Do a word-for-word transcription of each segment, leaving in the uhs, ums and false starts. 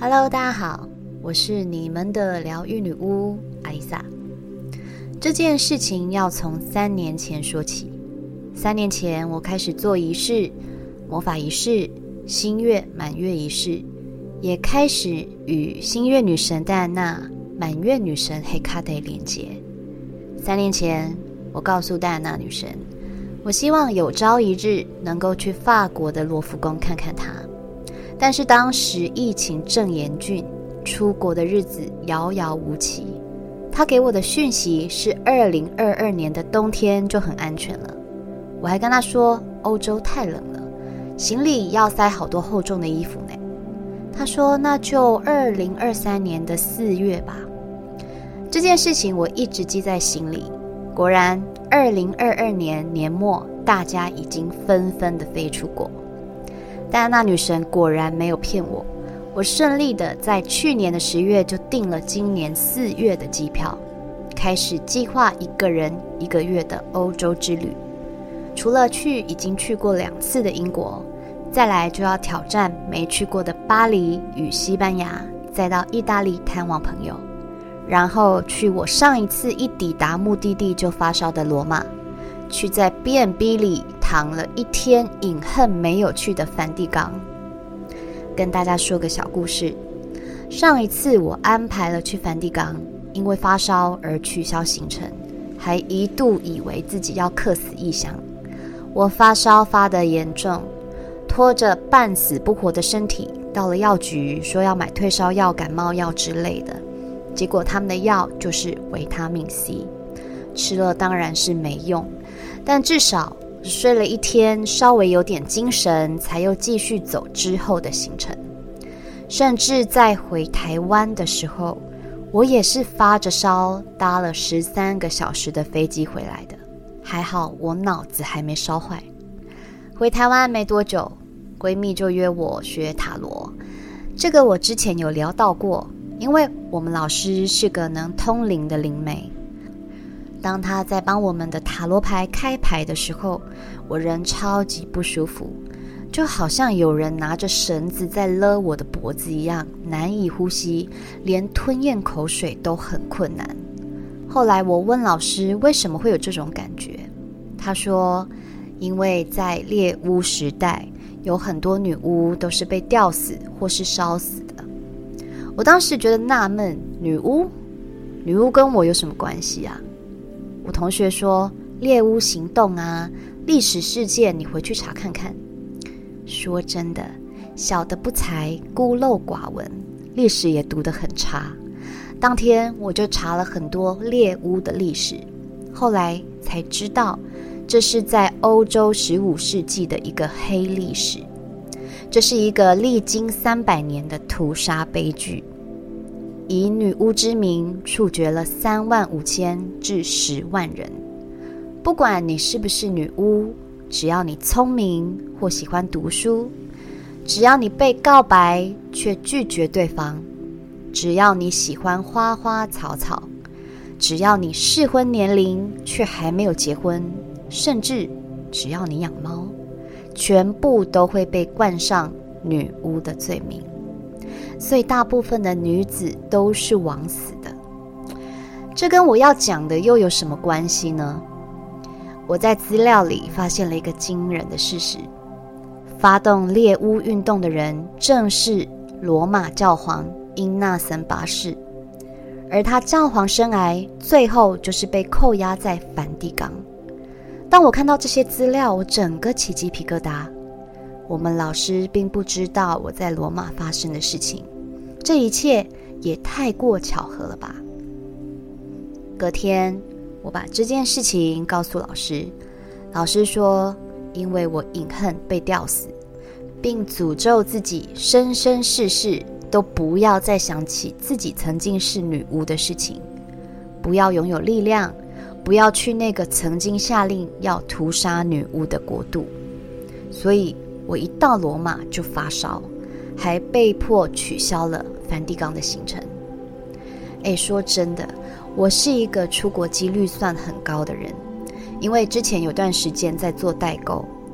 Hello， 大家好，我是你们的疗愈女巫阿丽萨。这件事情要从三年前说起。三年前，我开始做仪式、魔法仪式、新月、满月仪式，也开始与新月女神戴安娜、满月女神黑卡德连接。三年前，我告诉戴安娜女神，我希望有朝一日能够去法国的罗浮宫看看她。但是当时疫情正严峻，出国的日子遥遥无期。他给我的讯息是二零二二年的冬天就很安全了。我还跟他说欧洲太冷了，行李要塞好多厚重的衣服呢。他说那就二零二三年的四月吧。这件事情我一直记在心里。果然二零二二年年末，大家已经纷纷的飞出国。戴安娜女神果然没有骗我，我顺利的在去年的十月就订了今年四月的机票，开始计划一个人一个月的欧洲之旅。除了去已经去过两次的英国，再来就要挑战没去过的巴黎与西班牙，再到意大利探望朋友，然后去我上一次一抵达目的地就发烧的罗马，去在 B and B 里躺了一天隐恨没有去的梵蒂冈。跟大家说个小故事，上一次我安排了去梵蒂冈，因为发烧而取消行程，还一度以为自己要客死异乡。我发烧发得严重，拖着半死不活的身体到了药局，说要买退烧药、感冒药之类的，结果他们的药就是维他命 C， 吃了当然是没用，但至少睡了一天，稍微有点精神，才又继续走之后的行程。甚至在回台湾的时候，我也是发着烧，搭了十三个小时的飞机回来的。还好我脑子还没烧坏。回台湾没多久，闺蜜就约我学塔罗。这个我之前有聊到过，因为我们老师是个能通灵的灵媒。当他在帮我们的塔罗牌开牌的时候，我人超级不舒服，就好像有人拿着绳子在勒我的脖子一样，难以呼吸，连吞咽口水都很困难。后来我问老师为什么会有这种感觉，他说因为在猎巫时代，有很多女巫都是被吊死或是烧死的。我当时觉得纳闷，女巫？女巫跟我有什么关系啊？我同学说猎巫行动啊，历史事件你回去查看看。说真的，小的不才，孤陋寡闻，历史也读得很差。当天我就查了很多猎巫的历史，后来才知道这是在欧洲十五世纪的一个黑历史。这是一个历经三百年的屠杀悲剧，以女巫之名处决了三万五千至十万人。不管你是不是女巫，只要你聪明或喜欢读书，只要你被告白却拒绝对方，只要你喜欢花花草草，只要你适婚年龄却还没有结婚，甚至只要你养猫，全部都会被冠上女巫的罪名。所以大部分的女子都是枉死的。这跟我要讲的又有什么关系呢？我在资料里发现了一个惊人的事实，发动猎巫运动的人正是罗马教皇英纳森八世，而他教皇生涯最后就是被扣押在梵蒂冈。当我看到这些资料，我整个起鸡皮疙瘩。我们老师并不知道我在罗马发生的事情，这一切也太过巧合了吧。隔天我把这件事情告诉老师，老师说因为我隐恨被吊死，并诅咒自己生生世世都不要再想起自己曾经是女巫的事情，不要拥有力量，不要去那个曾经下令要屠杀女巫的国度。所以我一到罗马就发烧，还被迫取消了梵蒂冈的行程。诶，说真的，我是一个出国几率算很高的人，因为之前有段时间在做代购，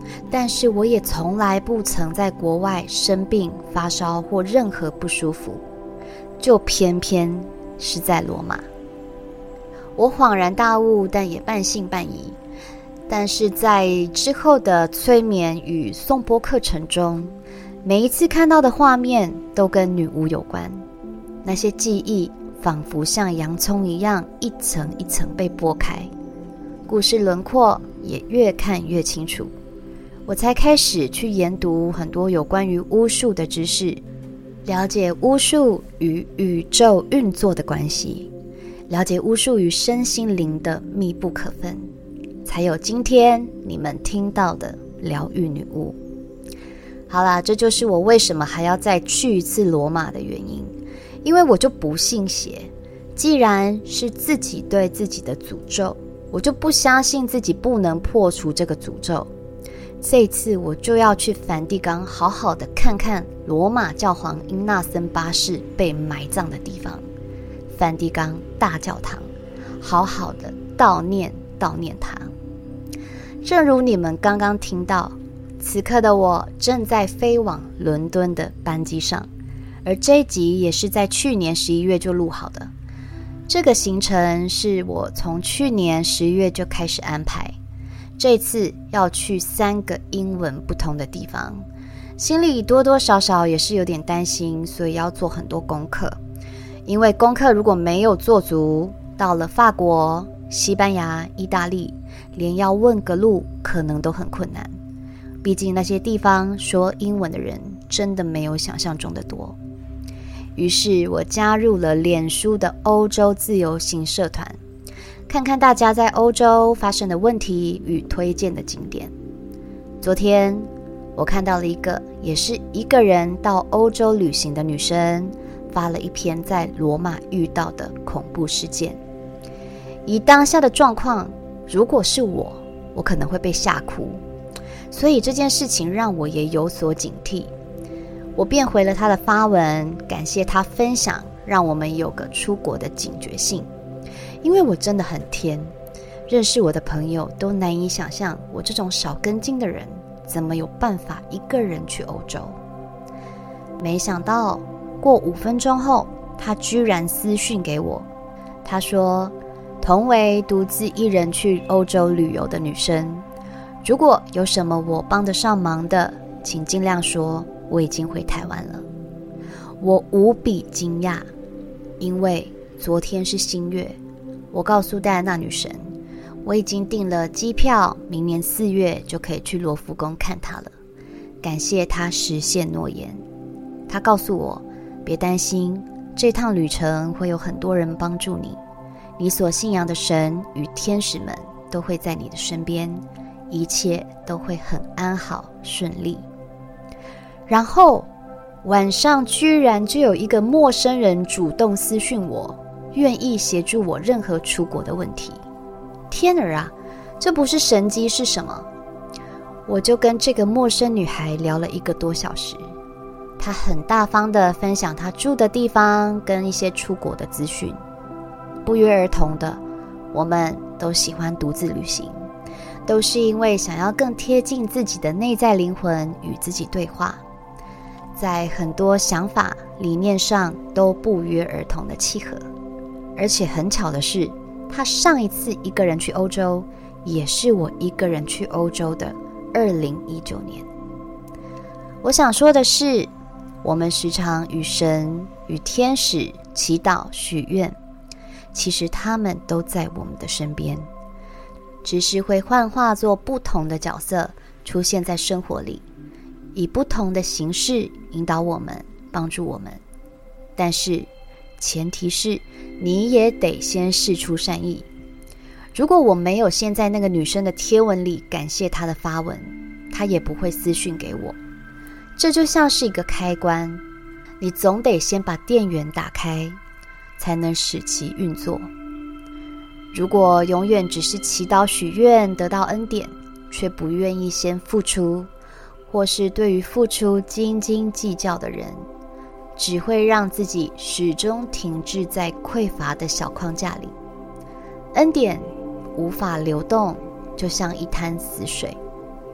但是我也从来不曾在国外生病、发烧或任何不舒服，就偏偏是在罗马。我恍然大悟，但也半信半疑。但是在之后的催眠与颂钵课程中，每一次看到的画面都跟女巫有关，那些记忆仿佛像洋葱一样一层一层被剥开，故事轮廓也越看越清楚。我才开始去研读很多有关于巫术的知识，了解巫术与宇宙运作的关系，了解巫术与身心灵的密不可分，才有今天你们听到的疗愈女巫。好啦，这就是我为什么还要再去一次罗马的原因，因为我就不信邪，既然是自己对自己的诅咒，我就不相信自己不能破除这个诅咒。这一次我就要去梵蒂冈好好的看看罗马教皇英纳森八世被埋葬的地方，梵蒂冈大教堂，好好的悼念悼念他。正如你们刚刚听到，此刻的我正在飞往伦敦的班机上，而这一集也是在去年十一月就录好的。这个行程是我从去年十月就开始安排，这次要去三个英文不同的地方，心里多多少少也是有点担心，所以要做很多功课。因为功课如果没有做足，到了法国、西班牙、意大利，连要问个路可能都很困难。毕竟那些地方说英文的人真的没有想象中的多。于是我加入了脸书的欧洲自由行社团，看看大家在欧洲发生的问题与推荐的景点。昨天我看到了一个也是一个人到欧洲旅行的女生，发了一篇在罗马遇到的恐怖事件。以当下的状况，如果是我，我可能会被吓哭，所以这件事情让我也有所警惕。我便回了他的发文，感谢他分享，让我们有个出国的警觉性。因为我真的很天，认识我的朋友都难以想象我这种少根筋的人怎么有办法一个人去欧洲。没想到过五分钟后，他居然私讯给我，他说同为独自一人去欧洲旅游的女生，如果有什么我帮得上忙的，请尽量说，我已经回台湾了。我无比惊讶，因为昨天是新月，我告诉戴安娜女神，我已经订了机票，明年四月就可以去罗浮宫看她了。感谢她实现诺言。她告诉我，别担心，这趟旅程会有很多人帮助你，你所信仰的神与天使们都会在你的身边，一切都会很安好顺利。然后晚上居然就有一个陌生人主动私讯我，愿意协助我任何出国的问题。天儿啊，这不是神机是什么？我就跟这个陌生女孩聊了一个多小时，她很大方地分享她住的地方跟一些出国的资讯。不约而同的，我们都喜欢独自旅行，都是因为想要更贴近自己的内在灵魂，与自己对话，在很多想法理念上都不约而同的契合。而且很巧的是，他上一次一个人去欧洲，也是我一个人去欧洲的二零一九年。我想说的是，我们时常与神与天使祈祷许愿，其实他们都在我们的身边，只是会幻化作不同的角色出现在生活里，以不同的形式引导我们，帮助我们。但是前提是你也得先释出善意。如果我没有先在那个女生的贴文里感谢她的发文，她也不会私讯给我。这就像是一个开关，你总得先把电源打开，才能使其运作。如果永远只是祈祷许愿得到恩典，却不愿意先付出，或是对于付出斤斤计较的人，只会让自己始终停滞在匮乏的小框架里，恩典无法流动，就像一滩死水。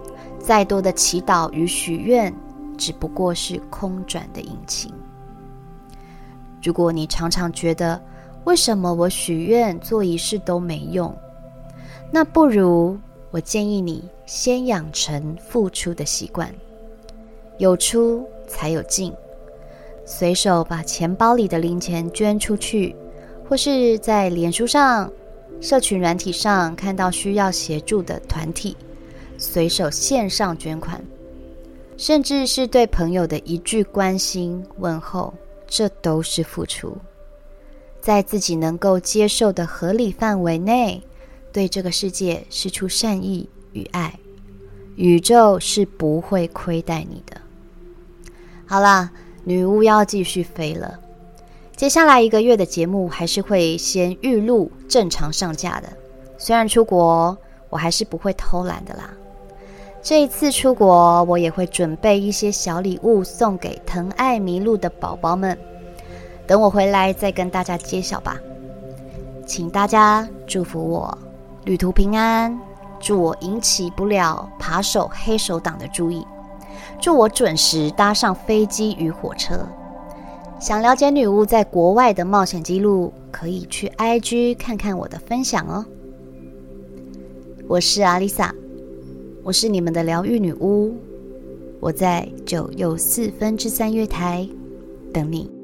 再多的祈祷与许愿，只不过是空转的引擎。如果你常常觉得为什么我许愿做仪式都没用，那不如我建议你先养成付出的习惯，有出才有进，随手把钱包里的零钱捐出去，或是在脸书上、社群软体上看到需要协助的团体，随手线上捐款，甚至是对朋友的一句关心问候，这都是付出。在自己能够接受的合理范围内，对这个世界释出善意与爱，宇宙是不会亏待你的。好啦，女巫要继续飞了。接下来一个月的节目还是会先预录正常上架的，虽然出国我还是不会偷懒的啦。这一次出国我也会准备一些小礼物送给疼爱迷路的宝宝们，等我回来再跟大家揭晓吧。请大家祝福我旅途平安，祝我引起不了扒手黑手党的注意，祝我准时搭上飞机与火车。想了解女巫在国外的冒险记录，可以去 I G 看看我的分享哦。我是阿丽萨，我是你们的疗愈女巫，我在九又四分之三月台等你。